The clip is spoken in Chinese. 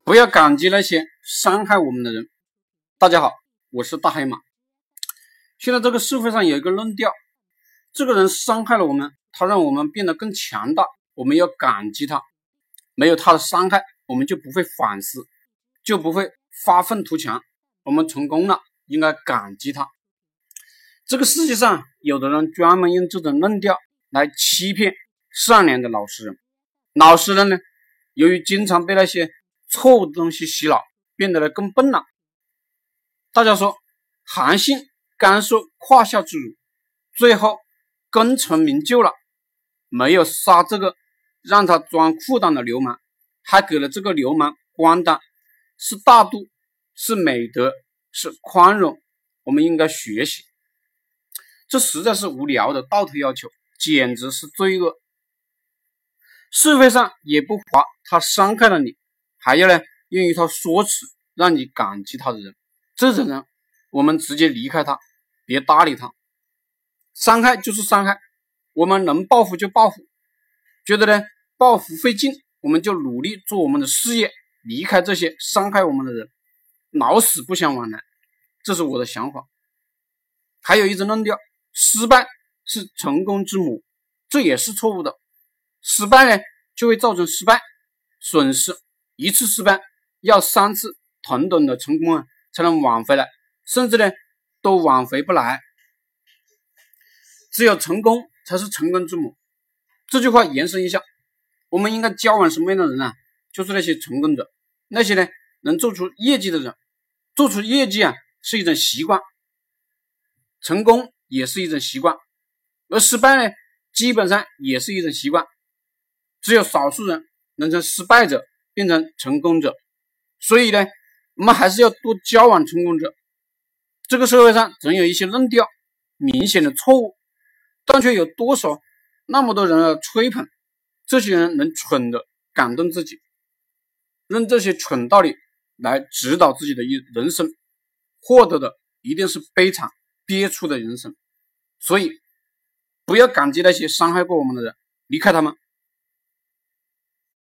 不要感激那些伤害我们的人。大家好，我是大黑马。现在这个社会上有一个论调，这个人伤害了我们，他让我们变得更强大，我们要感激他。没有他的伤害，我们就不会反思，就不会发愤图强。我们成功了，应该感激他。这个世界上有的人专门用这种论调来欺骗善良的老实人。老实人呢，由于经常被那些错误的东西洗脑，变得更笨了。大家说，韩信刚受胯下之辱，最后功成名就了，没有杀这个让他钻裤裆的流氓，还给了这个流氓官当，是大度，是美德，是宽容，我们应该学习。这实在是无聊的道德要求，简直是罪恶。社会上也不乏他伤害了你，还要用一套说辞让你感激他的人，这种人我们直接离开他，别搭理他。伤害就是伤害，我们能报复就报复，觉得报复费劲，我们就努力做我们的事业，离开这些伤害我们的人，老死不相往来，这是我的想法。还有一种论调，失败是成功之母，这也是错误的。失败就会造成失败损失，一次失败要3次同等的成功才能挽回来，甚至都挽回不来。只有成功才是成功之母。这句话延伸一下，我们应该交往什么样的人呢？就是那些成功者，那些能做出业绩的人。做出业绩是一种习惯，成功也是一种习惯，而失败基本上也是一种习惯。只有少数人能从失败者变成成功者，所以我们还是要多交往成功者。这个社会上总有一些论调明显的错误，但却有多少那么多人吹捧，这些人能蠢的感动自己，用这些蠢道理来指导自己的人生，获得的一定是悲惨憋屈的人生。所以不要感激那些伤害过我们的人，离开他们。